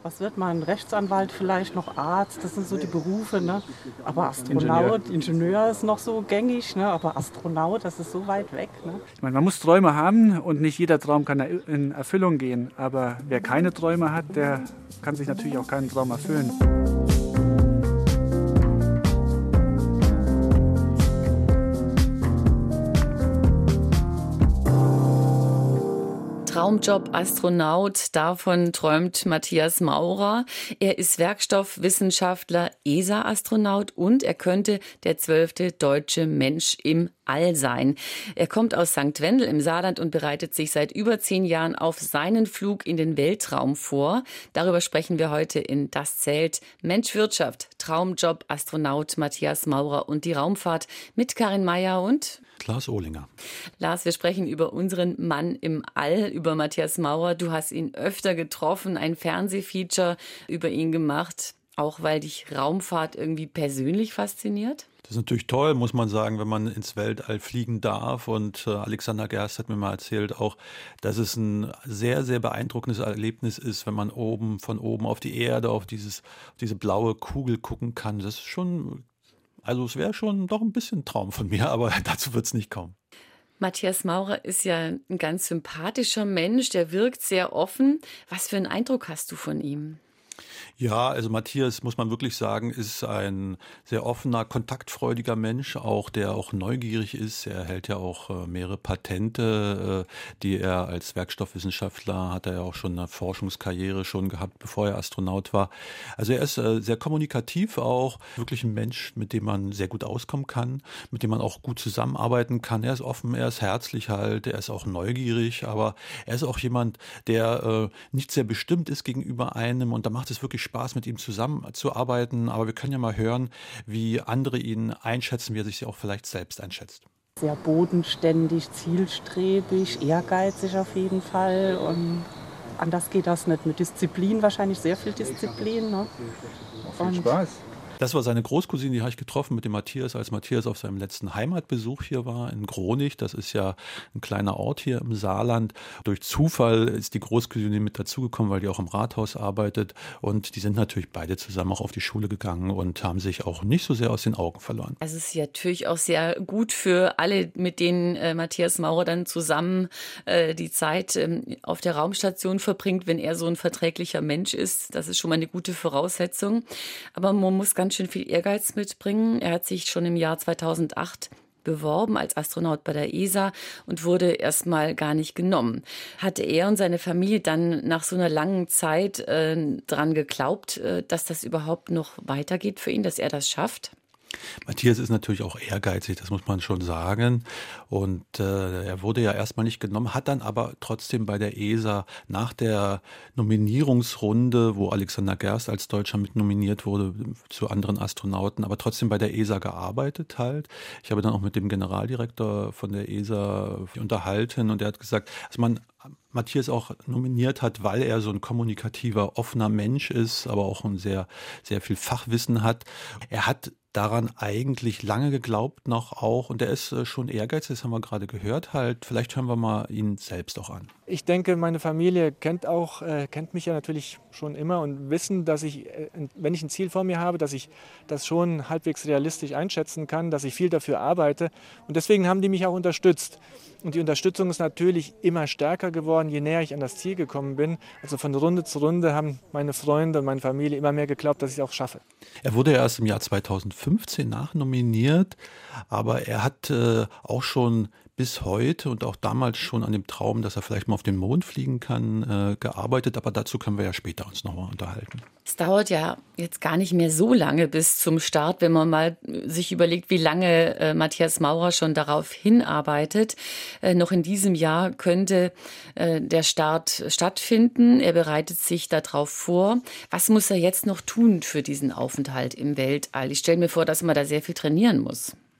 Was wird man? Rechtsanwalt vielleicht, noch Arzt, das sind so die Berufe, ne? Aber Astronaut, Ingenieur ist noch so gängig, ne? Aber Astronaut, das ist so weit weg, ne? Ich meine, man muss Träume haben und nicht jeder Traum kann in Erfüllung gehen. Aber wer keine Träume hat, der kann sich natürlich auch keinen Traum erfüllen. Traumjob Astronaut, davon träumt Matthias Maurer. Er ist Werkstoffwissenschaftler, ESA-Astronaut und er könnte der 12. deutsche Mensch im All sein. Er kommt aus St. Wendel im Saarland und bereitet sich seit über 10 Jahren auf seinen Flug in den Weltraum vor. Darüber sprechen wir heute in Das Zelt. Mensch Wirtschaft, Traumjob Astronaut Matthias Maurer und die Raumfahrt mit Karin Meyer und Lars Ohlinger. Lars, wir sprechen über unseren Mann im All, über Matthias Maurer. Du hast ihn öfter getroffen, ein Fernsehfeature über ihn gemacht, auch weil dich Raumfahrt irgendwie persönlich fasziniert? Das ist natürlich toll, muss man sagen, wenn man ins Weltall fliegen darf. Und Alexander Gerst hat mir mal erzählt auch, dass es ein sehr, sehr beeindruckendes Erlebnis ist, wenn man von oben auf die Erde, auf diese blaue Kugel gucken kann. Das ist schon, also es wäre schon doch ein bisschen ein Traum von mir, aber dazu wird es nicht kommen. Matthias Maurer ist ja ein ganz sympathischer Mensch, der wirkt sehr offen. Was für einen Eindruck hast du von ihm? Ja, also Matthias, muss man wirklich sagen, ist ein sehr offener, kontaktfreudiger Mensch, auch der auch neugierig ist. Er hält ja auch mehrere Patente, die er als Werkstoffwissenschaftler hat er ja auch schon eine Forschungskarriere schon gehabt, bevor er Astronaut war. Also er ist sehr kommunikativ auch, wirklich ein Mensch, mit dem man sehr gut auskommen kann, mit dem man auch gut zusammenarbeiten kann. Er ist offen, er ist herzlich halt, er ist auch neugierig, aber er ist auch jemand, der nicht sehr bestimmt ist gegenüber einem und da macht es wirklich Spaß, mit ihm zusammenzuarbeiten. Aber wir können ja mal hören, wie andere ihn einschätzen, wie er sich auch vielleicht selbst einschätzt. Sehr bodenständig, zielstrebig, ehrgeizig auf jeden Fall. Und anders geht das nicht. Mit Disziplin, wahrscheinlich sehr viel Disziplin. Ne? Viel Spaß. Das war seine Großcousine, die habe ich getroffen mit dem Matthias, als Matthias auf seinem letzten Heimatbesuch hier war in Gronig. Das ist ja ein kleiner Ort hier im Saarland. Durch Zufall ist die Großcousine mit dazugekommen, weil die auch im Rathaus arbeitet. Und die sind natürlich beide zusammen auch auf die Schule gegangen und haben sich auch nicht so sehr aus den Augen verloren. Also es ist ja natürlich auch sehr gut für alle, mit denen Matthias Maurer dann zusammen die Zeit auf der Raumstation verbringt, wenn er so ein verträglicher Mensch ist. Das ist schon mal eine gute Voraussetzung. Aber man muss ganz schön viel Ehrgeiz mitbringen. Er hat sich schon im Jahr 2008 beworben als Astronaut bei der ESA und wurde erstmal gar nicht genommen. Hat er und seine Familie dann nach so einer langen Zeit dran geglaubt, dass das überhaupt noch weitergeht für ihn, dass er das schafft? Matthias ist natürlich auch ehrgeizig, das muss man schon sagen. Und er wurde ja erstmal nicht genommen, hat dann aber trotzdem bei der ESA nach der Nominierungsrunde, wo Alexander Gerst als Deutscher mit nominiert wurde zu anderen Astronauten, aber trotzdem bei der ESA gearbeitet halt. Ich habe dann auch mit dem Generaldirektor von der ESA unterhalten und er hat gesagt, dass man Matthias auch nominiert hat, weil er so ein kommunikativer, offener Mensch ist, aber auch ein sehr, sehr viel Fachwissen hat. Er hat daran eigentlich lange geglaubt noch auch und er ist schon ehrgeizig, das haben wir gerade gehört halt. Vielleicht hören wir mal ihn selbst auch an. Ich denke, meine Familie kennt mich ja natürlich schon immer und wissen, dass ich, wenn ich ein Ziel vor mir habe, dass ich das schon halbwegs realistisch einschätzen kann, dass ich viel dafür arbeite und deswegen haben die mich auch unterstützt. Und die Unterstützung ist natürlich immer stärker geworden, je näher ich an das Ziel gekommen bin. Also von Runde zu Runde haben meine Freunde und meine Familie immer mehr geglaubt, dass ich es auch schaffe. Er wurde ja erst im Jahr 2015 nachnominiert, aber er hat auch schon bis heute und auch damals schon an dem Traum, dass er vielleicht mal auf den Mond fliegen kann, gearbeitet. Aber dazu können wir ja später uns nochmal unterhalten. Es dauert ja jetzt gar nicht mehr so lange bis zum Start, wenn man mal sich überlegt, wie lange Matthias Maurer schon darauf hinarbeitet. Noch in diesem Jahr könnte der Start stattfinden. Er bereitet sich darauf vor. Was muss er jetzt noch tun für diesen Aufenthalt im Weltall? Ich stelle mir vor, dass man da sehr viel trainieren muss.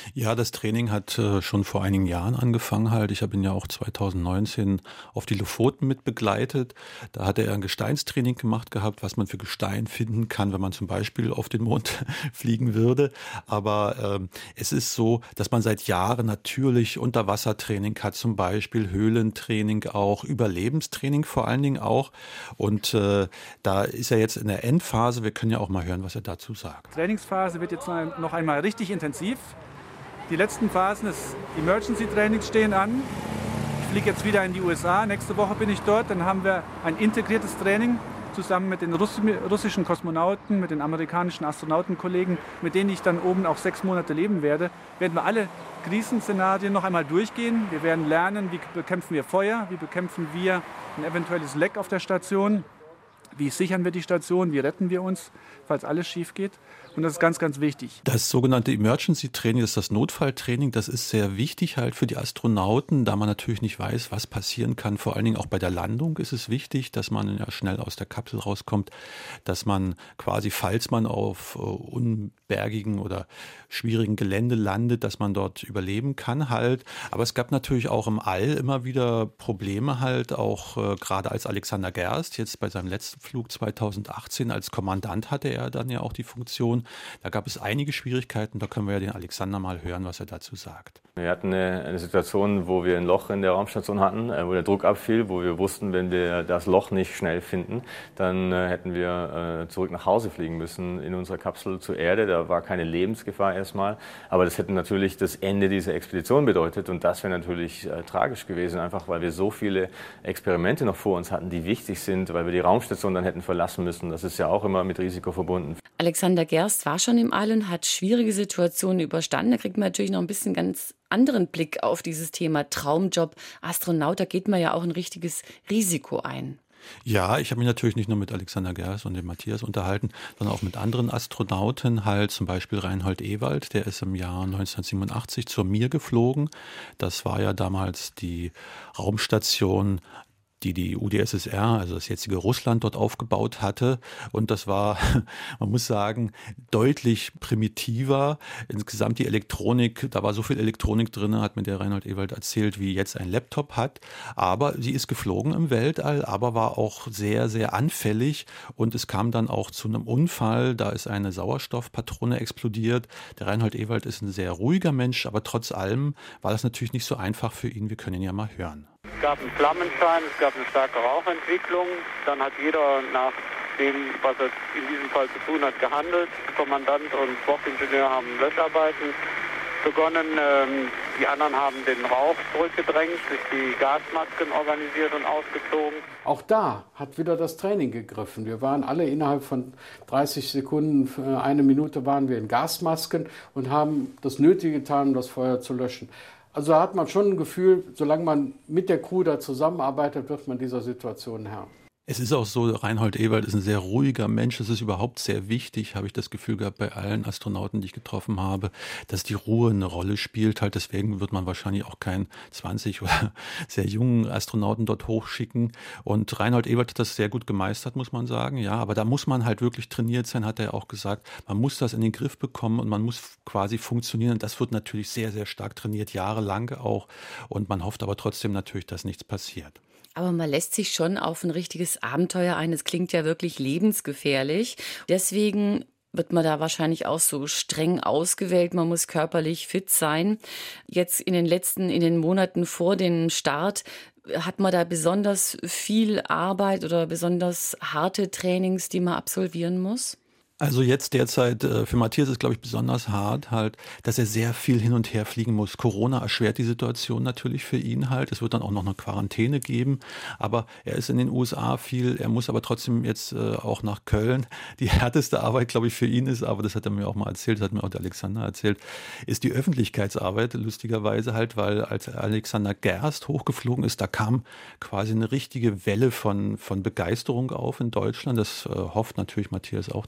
Ja, das Training hat schon vor einigen Jahren angefangen halt. Ich habe ihn ja auch 2019 auf die Lofoten mit begleitet. Da hat er ein Gesteinstraining gemacht gehabt, was man für Gestein finden kann, wenn man zum Beispiel auf den Mond fliegen würde. Aber es ist so, dass man seit Jahren natürlich Unterwassertraining hat, zum Beispiel Höhlentraining auch, Überlebenstraining vor allen Dingen auch. Und da ist er jetzt in der Endphase. Wir können ja auch mal hören, was er dazu sagt. Die Trainingsphase wird jetzt noch einmal richtig intensiv. Die letzten Phasen des Emergency-Trainings stehen an. Ich fliege jetzt wieder in die USA. Nächste Woche bin ich dort. Dann haben wir ein integriertes Training zusammen mit den russischen Kosmonauten, mit den amerikanischen Astronautenkollegen, mit denen ich dann oben auch 6 Monate leben werde. Werden wir alle Krisenszenarien noch einmal durchgehen. Wir werden lernen, wie bekämpfen wir Feuer, wie bekämpfen wir ein eventuelles Leck auf der Station, wie sichern wir die Station, wie retten wir uns, falls alles schief geht. Und das ist ganz, ganz wichtig. Das sogenannte Emergency Training, das ist das Notfalltraining, das ist sehr wichtig halt für die Astronauten, da man natürlich nicht weiß, was passieren kann. Vor allen Dingen auch bei der Landung ist es wichtig, dass man ja schnell aus der Kapsel rauskommt, dass man quasi, falls man auf unbergigen oder schwierigen Gelände landet, dass man dort überleben kann halt. Aber es gab natürlich auch im All immer wieder Probleme halt, auch gerade als Alexander Gerst jetzt bei seinem letzten Flug 2018 als Kommandant hatte er dann ja auch die Funktion. Da gab es einige Schwierigkeiten, da können wir ja den Alexander mal hören, was er dazu sagt. Wir hatten eine Situation, wo wir ein Loch in der Raumstation hatten, wo der Druck abfiel, wo wir wussten, wenn wir das Loch nicht schnell finden, dann hätten wir zurück nach Hause fliegen müssen in unserer Kapsel zur Erde. Da war keine Lebensgefahr erstmal, aber das hätte natürlich das Ende dieser Expedition bedeutet und das wäre natürlich tragisch gewesen, einfach weil wir so viele Experimente noch vor uns hatten, die wichtig sind, weil wir die Raumstation dann hätten verlassen müssen. Das ist ja auch immer mit Risiko verbunden. Alexander Gerst war schon im All und hat schwierige Situationen überstanden. Da kriegt man natürlich noch ein bisschen ganz anderen Blick auf dieses Thema Traumjob. Astronaut, da geht man ja auch ein richtiges Risiko ein. Ja, ich habe mich natürlich nicht nur mit Alexander Gerst und dem Matthias unterhalten, sondern auch mit anderen Astronauten, halt zum Beispiel Reinhold Ewald, der ist im Jahr 1987 zur Mir geflogen. Das war ja damals die Raumstation, die UdSSR, also das jetzige Russland, dort aufgebaut hatte. Und das war, man muss sagen, deutlich primitiver. Insgesamt die Elektronik, da war so viel Elektronik drin, hat mir der Reinhold Ewald erzählt, wie jetzt ein Laptop hat. Aber sie ist geflogen im Weltall, aber war auch sehr, sehr anfällig. Und es kam dann auch zu einem Unfall. Da ist eine Sauerstoffpatrone explodiert. Der Reinhold Ewald ist ein sehr ruhiger Mensch, aber trotz allem war das natürlich nicht so einfach für ihn. Wir können ihn ja mal hören. Es gab einen Flammenschein, es gab eine starke Rauchentwicklung. Dann hat jeder nach dem, was er in diesem Fall zu tun hat, gehandelt. Kommandant und Bordingenieur haben Löscharbeiten begonnen. Die anderen haben den Rauch zurückgedrängt, sich die Gasmasken organisiert und ausgezogen. Auch da hat wieder das Training gegriffen. Wir waren alle innerhalb von 30 Sekunden, für eine Minute waren wir in Gasmasken und haben das Nötige getan, um das Feuer zu löschen. Also da hat man schon ein Gefühl, solange man mit der Crew da zusammenarbeitet, wird man dieser Situation Herr. Es ist auch so, Reinhold Ewald ist ein sehr ruhiger Mensch. Es ist überhaupt sehr wichtig, habe ich das Gefühl gehabt, bei allen Astronauten, die ich getroffen habe, dass die Ruhe eine Rolle spielt. Halt deswegen wird man wahrscheinlich auch keinen 20 oder sehr jungen Astronauten dort hochschicken. Und Reinhold Ewald hat das sehr gut gemeistert, muss man sagen. Ja, aber da muss man halt wirklich trainiert sein, hat er auch gesagt. Man muss das in den Griff bekommen und man muss quasi funktionieren. Das wird natürlich sehr, sehr stark trainiert, jahrelang auch. Und man hofft aber trotzdem natürlich, dass nichts passiert. Aber man lässt sich schon auf ein richtiges Abenteuer ein. Es klingt ja wirklich lebensgefährlich. Deswegen wird man da wahrscheinlich auch so streng ausgewählt. Man muss körperlich fit sein. Jetzt in den Monaten vor dem Start, hat man da besonders viel Arbeit oder besonders harte Trainings, die man absolvieren muss? Also jetzt derzeit, für Matthias ist, glaube ich, besonders hart halt, dass er sehr viel hin und her fliegen muss. Corona erschwert die Situation natürlich für ihn halt. Es wird dann auch noch eine Quarantäne geben. Aber er ist in den USA viel. Er muss aber trotzdem jetzt auch nach Köln. Die härteste Arbeit, glaube ich, für ihn ist, aber das hat er mir auch mal erzählt, das hat mir auch der Alexander erzählt, ist die Öffentlichkeitsarbeit, lustigerweise halt, weil als Alexander Gerst hochgeflogen ist, da kam quasi eine richtige Welle von Begeisterung auf in Deutschland. Das hofft natürlich Matthias auch, dass das bei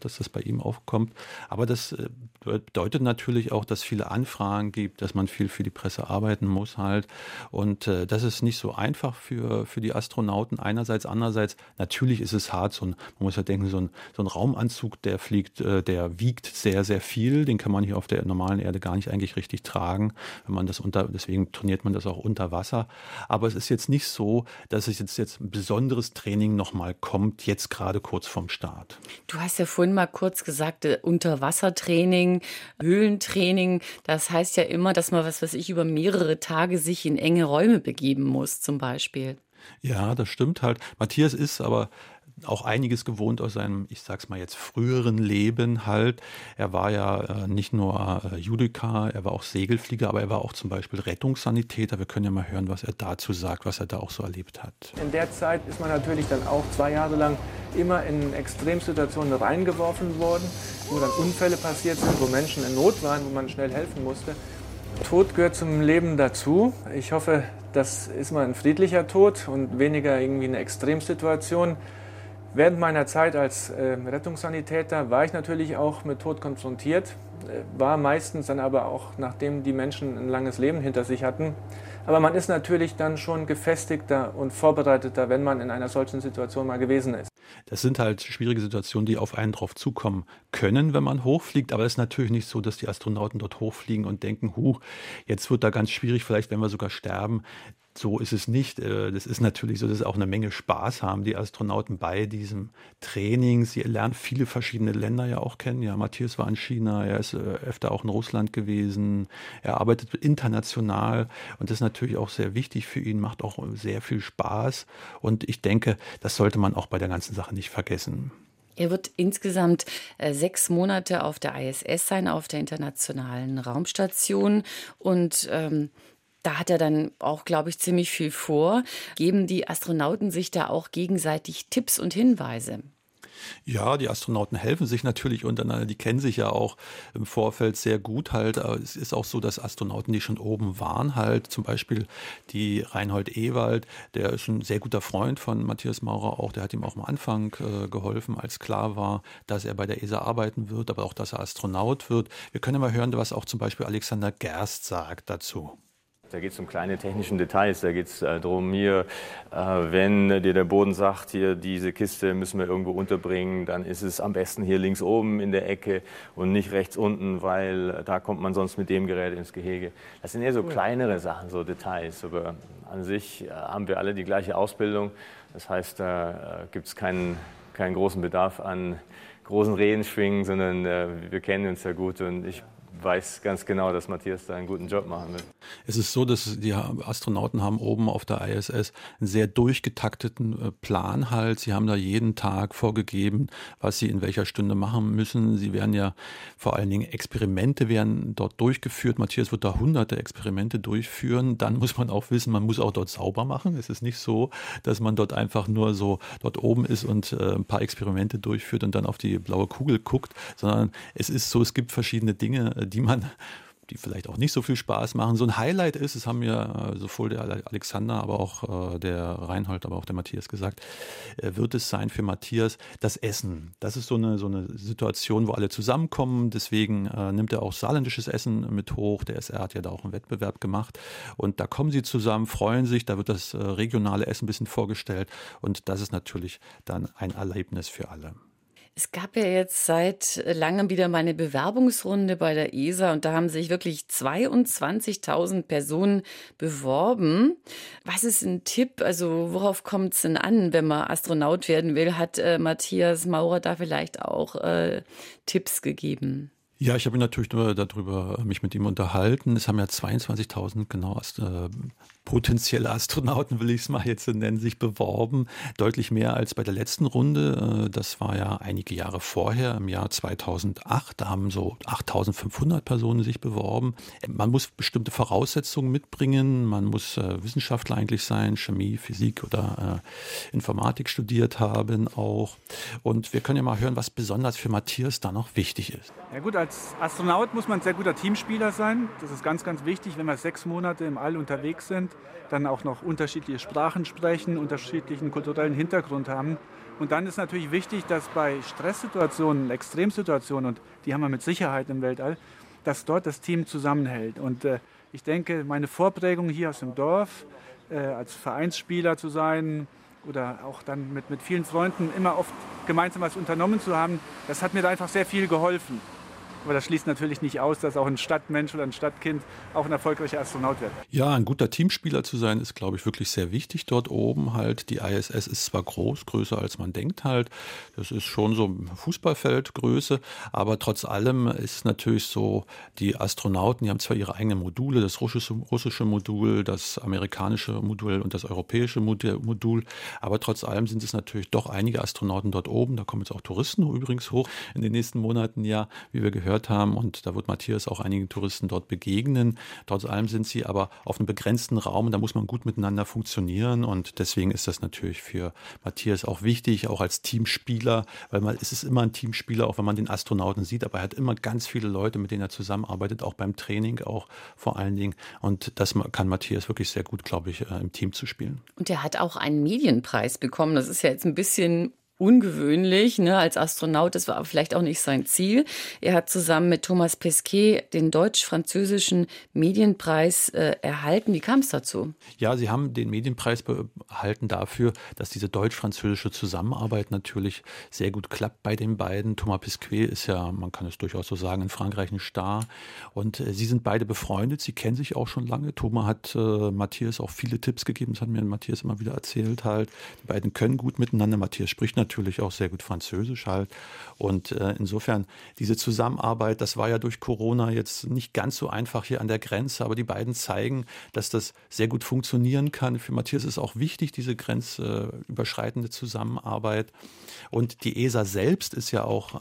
ihm aufkommt. Aber das bedeutet natürlich auch, dass es viele Anfragen gibt, dass man viel für die Presse arbeiten muss halt. Und das ist nicht so einfach für die Astronauten einerseits. Andererseits, natürlich ist es hart. Man muss ja denken, so ein Raumanzug, der fliegt, der wiegt sehr, sehr viel. Den kann man hier auf der normalen Erde gar nicht eigentlich richtig tragen. Wenn man deswegen trainiert man das auch unter Wasser. Aber es ist jetzt nicht so, dass es jetzt ein besonderes Training nochmal kommt, jetzt gerade kurz vorm Start. Du hast ja vorhin mal kurz gesagt, Unterwassertraining, Höhlentraining, das heißt ja immer, dass man, über mehrere Tage sich in enge Räume begeben muss, zum Beispiel. Ja, das stimmt halt. Matthias ist aber auch einiges gewohnt aus seinem, ich sag's mal jetzt, früheren Leben halt. Er war ja nicht nur Judoka, er war auch Segelflieger, aber er war auch zum Beispiel Rettungssanitäter. Wir können ja mal hören, was er dazu sagt, was er da auch so erlebt hat. In der Zeit ist man natürlich dann auch 2 Jahre lang immer in Extremsituationen reingeworfen worden, wo dann Unfälle passiert sind, wo Menschen in Not waren, wo man schnell helfen musste. Tod gehört zum Leben dazu. Ich hoffe, das ist mal ein friedlicher Tod und weniger irgendwie eine Extremsituation. Während meiner Zeit als Rettungssanitäter war ich natürlich auch mit Tod konfrontiert, war meistens dann aber auch, nachdem die Menschen ein langes Leben hinter sich hatten. Aber man ist natürlich dann schon gefestigter und vorbereiteter, wenn man in einer solchen Situation mal gewesen ist. Das sind halt schwierige Situationen, die auf einen drauf zukommen können, wenn man hochfliegt. Aber es ist natürlich nicht so, dass die Astronauten dort hochfliegen und denken, jetzt wird da ganz schwierig, vielleicht werden wir sogar sterben. So ist es nicht. Das ist natürlich so, dass auch eine Menge Spaß haben, die Astronauten bei diesem Training. Sie lernen viele verschiedene Länder ja auch kennen. Ja, Matthias war in China, er ist öfter auch in Russland gewesen. Er arbeitet international und das ist natürlich auch sehr wichtig für ihn, macht auch sehr viel Spaß. Und ich denke, das sollte man auch bei der ganzen Sache nicht vergessen. Er wird insgesamt 6 Monate auf der ISS sein, auf der Internationalen Raumstation. Und da hat er dann auch, glaube ich, ziemlich viel vor. Geben die Astronauten sich da auch gegenseitig Tipps und Hinweise? Ja, die Astronauten helfen sich natürlich untereinander. Die kennen sich ja auch im Vorfeld sehr gut halt. Aber es ist auch so, dass Astronauten, die schon oben waren halt, zum Beispiel die Reinhold Ewald, der ist ein sehr guter Freund von Matthias Maurer auch. Der hat ihm auch am Anfang geholfen, als klar war, dass er bei der ESA arbeiten wird, aber auch, dass er Astronaut wird. Wir können ja mal hören, was auch zum Beispiel Alexander Gerst sagt dazu. Da geht es um kleine technische Details, da geht es darum, wenn dir der Boden sagt, hier diese Kiste müssen wir irgendwo unterbringen, dann ist es am besten hier links oben in der Ecke und nicht rechts unten, weil da kommt man sonst mit dem Gerät ins Gehege. Das sind eher so kleinere Sachen, so Details, aber an sich haben wir alle die gleiche Ausbildung. Das heißt, da gibt es keinen großen Bedarf an großen Redenschwingen, sondern wir kennen uns ja gut und ich weiß ganz genau, dass Matthias da einen guten Job machen wird. Es ist so, dass die Astronauten haben oben auf der ISS einen sehr durchgetakteten Plan halt. Sie haben da jeden Tag vorgegeben, was sie in welcher Stunde machen müssen. Sie werden ja vor allen Dingen Experimente werden dort durchgeführt. Matthias wird da hunderte Experimente durchführen. Dann muss man auch wissen, man muss auch dort sauber machen. Es ist nicht so, dass man dort einfach nur so dort oben ist und ein paar Experimente durchführt und dann auf die blaue Kugel guckt, sondern es ist so, es gibt verschiedene Dinge, die vielleicht auch nicht so viel Spaß machen. So ein Highlight ist, das haben ja sowohl der Alexander, aber auch der Reinhold, aber auch der Matthias gesagt, wird es sein für Matthias das Essen. Das ist so eine Situation, wo alle zusammenkommen. Deswegen nimmt er auch saarländisches Essen mit hoch. Der SR hat ja da auch einen Wettbewerb gemacht. Und da kommen sie zusammen, freuen sich. Da wird das regionale Essen ein bisschen vorgestellt. Und das ist natürlich dann ein Erlebnis für alle. Es gab ja jetzt seit langem wieder mal eine Bewerbungsrunde bei der ESA und da haben sich wirklich 22.000 Personen beworben. Was ist ein Tipp? Also worauf kommt es denn an, wenn man Astronaut werden will? Hat Matthias Maurer da vielleicht auch Tipps gegeben? Ja, ich habe natürlich nur darüber mich mit ihm unterhalten. Es haben ja 22.000 genau potenzielle Astronauten, will ich es mal jetzt nennen, sich beworben. Deutlich mehr als bei der letzten Runde. Das war ja einige Jahre vorher, im Jahr 2008. Da haben so 8.500 Personen sich beworben. Man muss bestimmte Voraussetzungen mitbringen. Man muss Wissenschaftler eigentlich sein, Chemie, Physik oder Informatik studiert haben auch. Und wir können ja mal hören, was besonders für Matthias da noch wichtig ist. Ja gut, als Astronaut muss man ein sehr guter Teamspieler sein. Das ist ganz, ganz wichtig, wenn wir 6 Monate im All unterwegs sind, dann auch noch unterschiedliche Sprachen sprechen, unterschiedlichen kulturellen Hintergrund haben. Und dann ist natürlich wichtig, dass bei Stresssituationen, Extremsituationen, und die haben wir mit Sicherheit im Weltall, dass dort das Team zusammenhält. Und ich denke, meine Vorprägung hier aus dem Dorf, als Vereinsspieler zu sein oder auch dann mit vielen Freunden immer oft gemeinsam was unternommen zu haben, das hat mir da einfach sehr viel geholfen. Aber das schließt natürlich nicht aus, dass auch ein Stadtmensch oder ein Stadtkind auch ein erfolgreicher Astronaut wird. Ja, ein guter Teamspieler zu sein, ist, glaube ich, wirklich sehr wichtig dort oben halt. Die ISS ist zwar groß, größer als man denkt halt. Das ist schon so Fußballfeldgröße, aber trotz allem ist natürlich so, die Astronauten, die haben zwar ihre eigenen Module, das russische Modul, das amerikanische Modul und das europäische Modul, aber trotz allem sind es natürlich doch einige Astronauten dort oben. Da kommen jetzt auch Touristen übrigens hoch in den nächsten Monaten, ja, wie wir gehört haben, und da wird Matthias auch einigen Touristen dort begegnen. Trotz allem sind sie aber auf einem begrenzten Raum, da muss man gut miteinander funktionieren, und deswegen ist das natürlich für Matthias auch wichtig, auch als Teamspieler, weil es ist immer ein Teamspieler, auch wenn man den Astronauten sieht, aber er hat immer ganz viele Leute, mit denen er zusammenarbeitet, auch beim Training, auch vor allen Dingen, und das kann Matthias wirklich sehr gut, glaube ich, im Team zu spielen. Und er hat auch einen Medienpreis bekommen. Das ist ja jetzt ein bisschen ungewöhnlich, ne, als Astronaut. Das war aber vielleicht auch nicht sein Ziel. Er hat zusammen mit Thomas Pesquet den deutsch-französischen Medienpreis erhalten. Wie kam es dazu? Ja, sie haben den Medienpreis erhalten dafür, dass diese deutsch-französische Zusammenarbeit natürlich sehr gut klappt bei den beiden. Thomas Pesquet ist ja, man kann es durchaus so sagen, in Frankreich ein Star. Und sie sind beide befreundet, sie kennen sich auch schon lange. Thomas hat Matthias auch viele Tipps gegeben, das hat mir Matthias immer wieder erzählt halt. Die beiden können gut miteinander. Matthias spricht natürlich auch sehr gut Französisch halt. Und insofern diese Zusammenarbeit, das war ja durch Corona jetzt nicht ganz so einfach hier an der Grenze, aber die beiden zeigen, dass das sehr gut funktionieren kann. Für Matthias ist auch wichtig, diese grenzüberschreitende Zusammenarbeit. Und die ESA selbst ist ja auch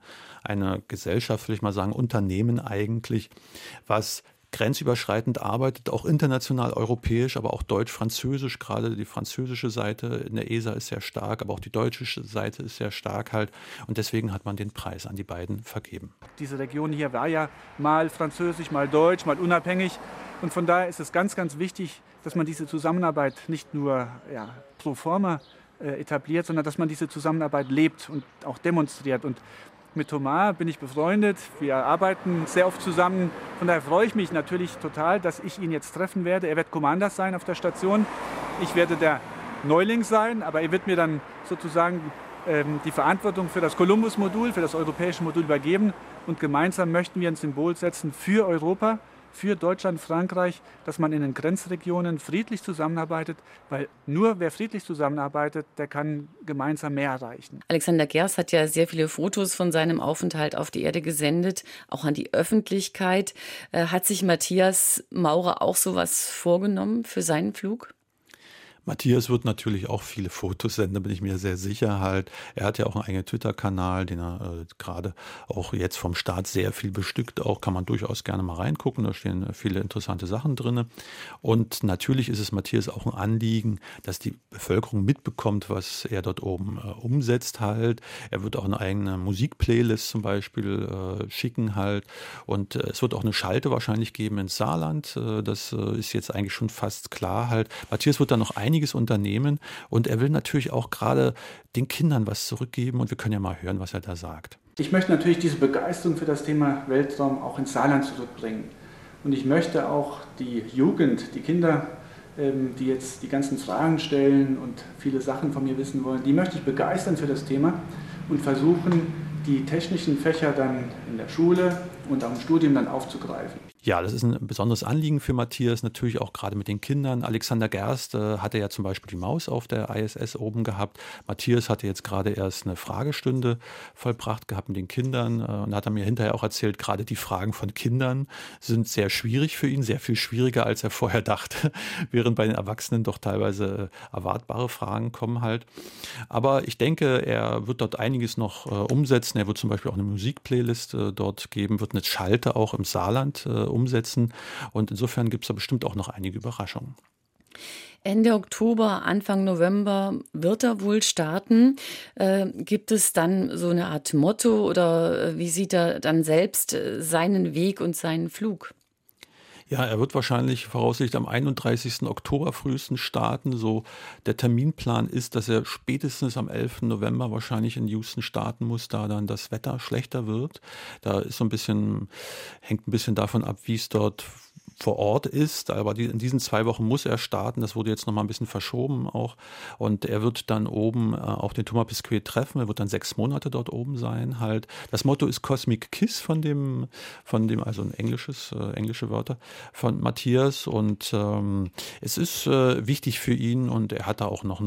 eine Gesellschaft, würde ich mal sagen, Unternehmen eigentlich, was grenzüberschreitend arbeitet, auch international, europäisch, aber auch deutsch-französisch. Gerade die französische Seite in der ESA ist sehr stark, aber auch die deutsche Seite ist sehr stark halt. Und deswegen hat man den Preis an die beiden vergeben. Diese Region hier war ja mal französisch, mal deutsch, mal unabhängig. Und von daher ist es ganz, ganz wichtig, dass man diese Zusammenarbeit nicht nur pro forma etabliert, sondern dass man diese Zusammenarbeit lebt und auch demonstriert. Und mit Thomas bin ich befreundet, wir arbeiten sehr oft zusammen. Von daher freue ich mich natürlich total, dass ich ihn jetzt treffen werde. Er wird Kommandant sein auf der Station. Ich werde der Neuling sein, aber er wird mir dann sozusagen die Verantwortung für das Columbus-Modul, für das europäische Modul übergeben. Und gemeinsam möchten wir ein Symbol setzen für Europa, für Deutschland, Frankreich, dass man in den Grenzregionen friedlich zusammenarbeitet, weil nur wer friedlich zusammenarbeitet, der kann gemeinsam mehr erreichen. Alexander Gerst hat ja sehr viele Fotos von seinem Aufenthalt auf die Erde gesendet, auch an die Öffentlichkeit. Hat sich Matthias Maurer auch sowas vorgenommen für seinen Flug? Matthias wird natürlich auch viele Fotos senden, da bin ich mir sehr sicher halt. Er hat ja auch einen eigenen Twitter-Kanal, den er gerade auch jetzt vom Start sehr viel bestückt. Auch kann man durchaus gerne mal reingucken, da stehen viele interessante Sachen drin. Und natürlich ist es Matthias auch ein Anliegen, dass die Bevölkerung mitbekommt, was er dort oben umsetzt halt. Er wird auch eine eigene Musikplaylist zum Beispiel schicken halt. Und es wird auch eine Schalte wahrscheinlich geben ins Saarland. Das ist jetzt eigentlich schon fast klar halt. Matthias wird da noch einiges unternehmen und er will natürlich auch gerade den Kindern was zurückgeben und wir können ja mal hören, was er da sagt. Ich möchte natürlich diese Begeisterung für das Thema Weltraum auch ins Saarland zurückbringen. Und ich möchte auch die Jugend, die Kinder, die jetzt die ganzen Fragen stellen und viele Sachen von mir wissen wollen, die möchte ich begeistern für das Thema und versuchen, die technischen Fächer dann in der Schule und auch im Studium dann aufzugreifen. Ja, das ist ein besonderes Anliegen für Matthias, natürlich auch gerade mit den Kindern. Alexander Gerst hatte ja zum Beispiel die Maus auf der ISS oben gehabt. Matthias hatte jetzt gerade erst eine Fragestunde vollbracht gehabt mit den Kindern und hat er mir hinterher auch erzählt, gerade die Fragen von Kindern sind sehr schwierig für ihn, sehr viel schwieriger, als er vorher dachte, während bei den Erwachsenen doch teilweise erwartbare Fragen kommen halt. Aber ich denke, er wird dort einiges noch umsetzen. Er wird zum Beispiel auch eine Musikplaylist dort geben, wird eine Schalte auch im Saarland umsetzen. Und insofern gibt es da bestimmt auch noch einige Überraschungen. Ende Oktober, Anfang November wird er wohl starten. Gibt es dann so eine Art Motto oder wie sieht er dann selbst seinen Weg und seinen Flug? Ja, er wird wahrscheinlich voraussichtlich am 31. Oktober frühestens starten. So der Terminplan ist, dass er spätestens am 11. November wahrscheinlich in Houston starten muss, da dann das Wetter schlechter wird. Da ist hängt ein bisschen davon ab, wie es dort vor Ort ist, aber in diesen 2 Wochen muss er starten. Das wurde jetzt noch mal ein bisschen verschoben auch. Und er wird dann oben auch den Thomas Pesquet treffen. Er wird dann 6 Monate dort oben sein halt. Das Motto ist Cosmic Kiss von dem, also ein englische Wörter von Matthias. Und es ist wichtig für ihn und er hat da auch noch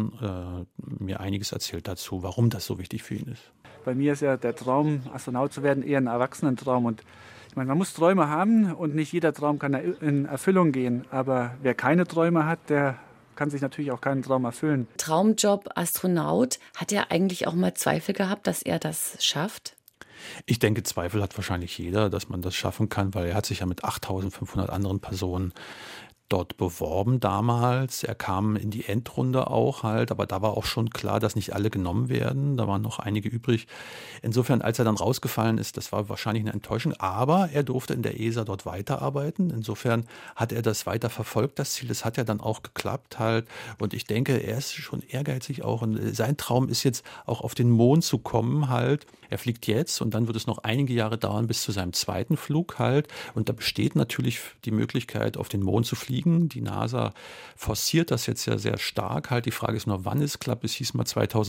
mir einiges erzählt dazu, warum das so wichtig für ihn ist. Bei mir ist ja der Traum, Astronaut zu werden, eher ein Erwachsenentraum. Und ich meine, man muss Träume haben und nicht jeder Traum kann in Erfüllung gehen. Aber wer keine Träume hat, der kann sich natürlich auch keinen Traum erfüllen. Traumjob Astronaut, hat er eigentlich auch mal Zweifel gehabt, dass er das schafft? Ich denke, Zweifel hat wahrscheinlich jeder, dass man das schaffen kann, weil er hat sich ja mit 8.500 anderen Personen dort beworben damals. Er kam in die Endrunde auch halt, aber da war auch schon klar, dass nicht alle genommen werden. Da waren noch einige übrig. Insofern, als er dann rausgefallen ist, das war wahrscheinlich eine Enttäuschung, aber er durfte in der ESA dort weiterarbeiten. Insofern hat er das weiter verfolgt, das Ziel. Das hat ja dann auch geklappt halt. Und ich denke, er ist schon ehrgeizig auch. Und sein Traum ist jetzt auch auf den Mond zu kommen halt. Er fliegt jetzt und dann wird es noch einige Jahre dauern bis zu seinem zweiten Flug halt. Und da besteht natürlich die Möglichkeit, auf den Mond zu fliegen. Die NASA forciert das jetzt ja sehr stark halt. Die Frage ist nur, wann es klappt. Es hieß mal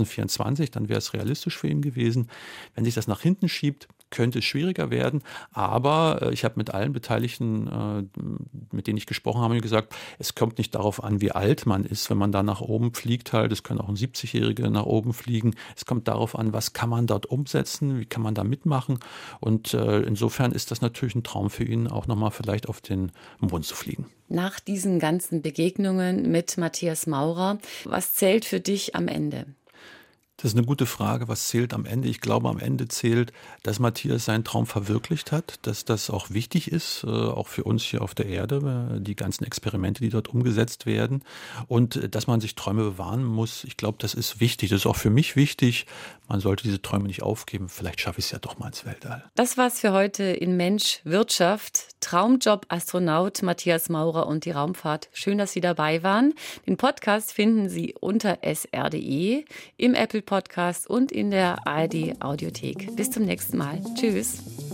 2024, dann wäre es realistisch für ihn gewesen. Wenn sich das nach hinten schiebt, könnte es schwieriger werden. Aber ich habe mit allen Beteiligten, mit denen ich gesprochen habe, gesagt, es kommt nicht darauf an, wie alt man ist, wenn man da nach oben fliegt halt. Es können auch ein 70-Jähriger nach oben fliegen. Es kommt darauf an, was kann man dort umsetzen, wie kann man da mitmachen. Und insofern ist das natürlich ein Traum für ihn, auch nochmal vielleicht auf den Mond zu fliegen. Nach diesen ganzen Begegnungen mit Matthias Maurer, was zählt für dich am Ende? Das ist eine gute Frage. Was zählt am Ende? Ich glaube, am Ende zählt, dass Matthias seinen Traum verwirklicht hat, dass das auch wichtig ist, auch für uns hier auf der Erde, die ganzen Experimente, die dort umgesetzt werden und dass man sich Träume bewahren muss. Ich glaube, das ist wichtig. Das ist auch für mich wichtig. Man sollte diese Träume nicht aufgeben. Vielleicht schaffe ich es ja doch mal ins Weltall. Das war's für heute in Mensch Wirtschaft. Traumjob Astronaut Matthias Maurer und die Raumfahrt. Schön, dass Sie dabei waren. Den Podcast finden Sie unter sr.de, im Apple Podcast und in der ARD Audiothek. Bis zum nächsten Mal. Tschüss.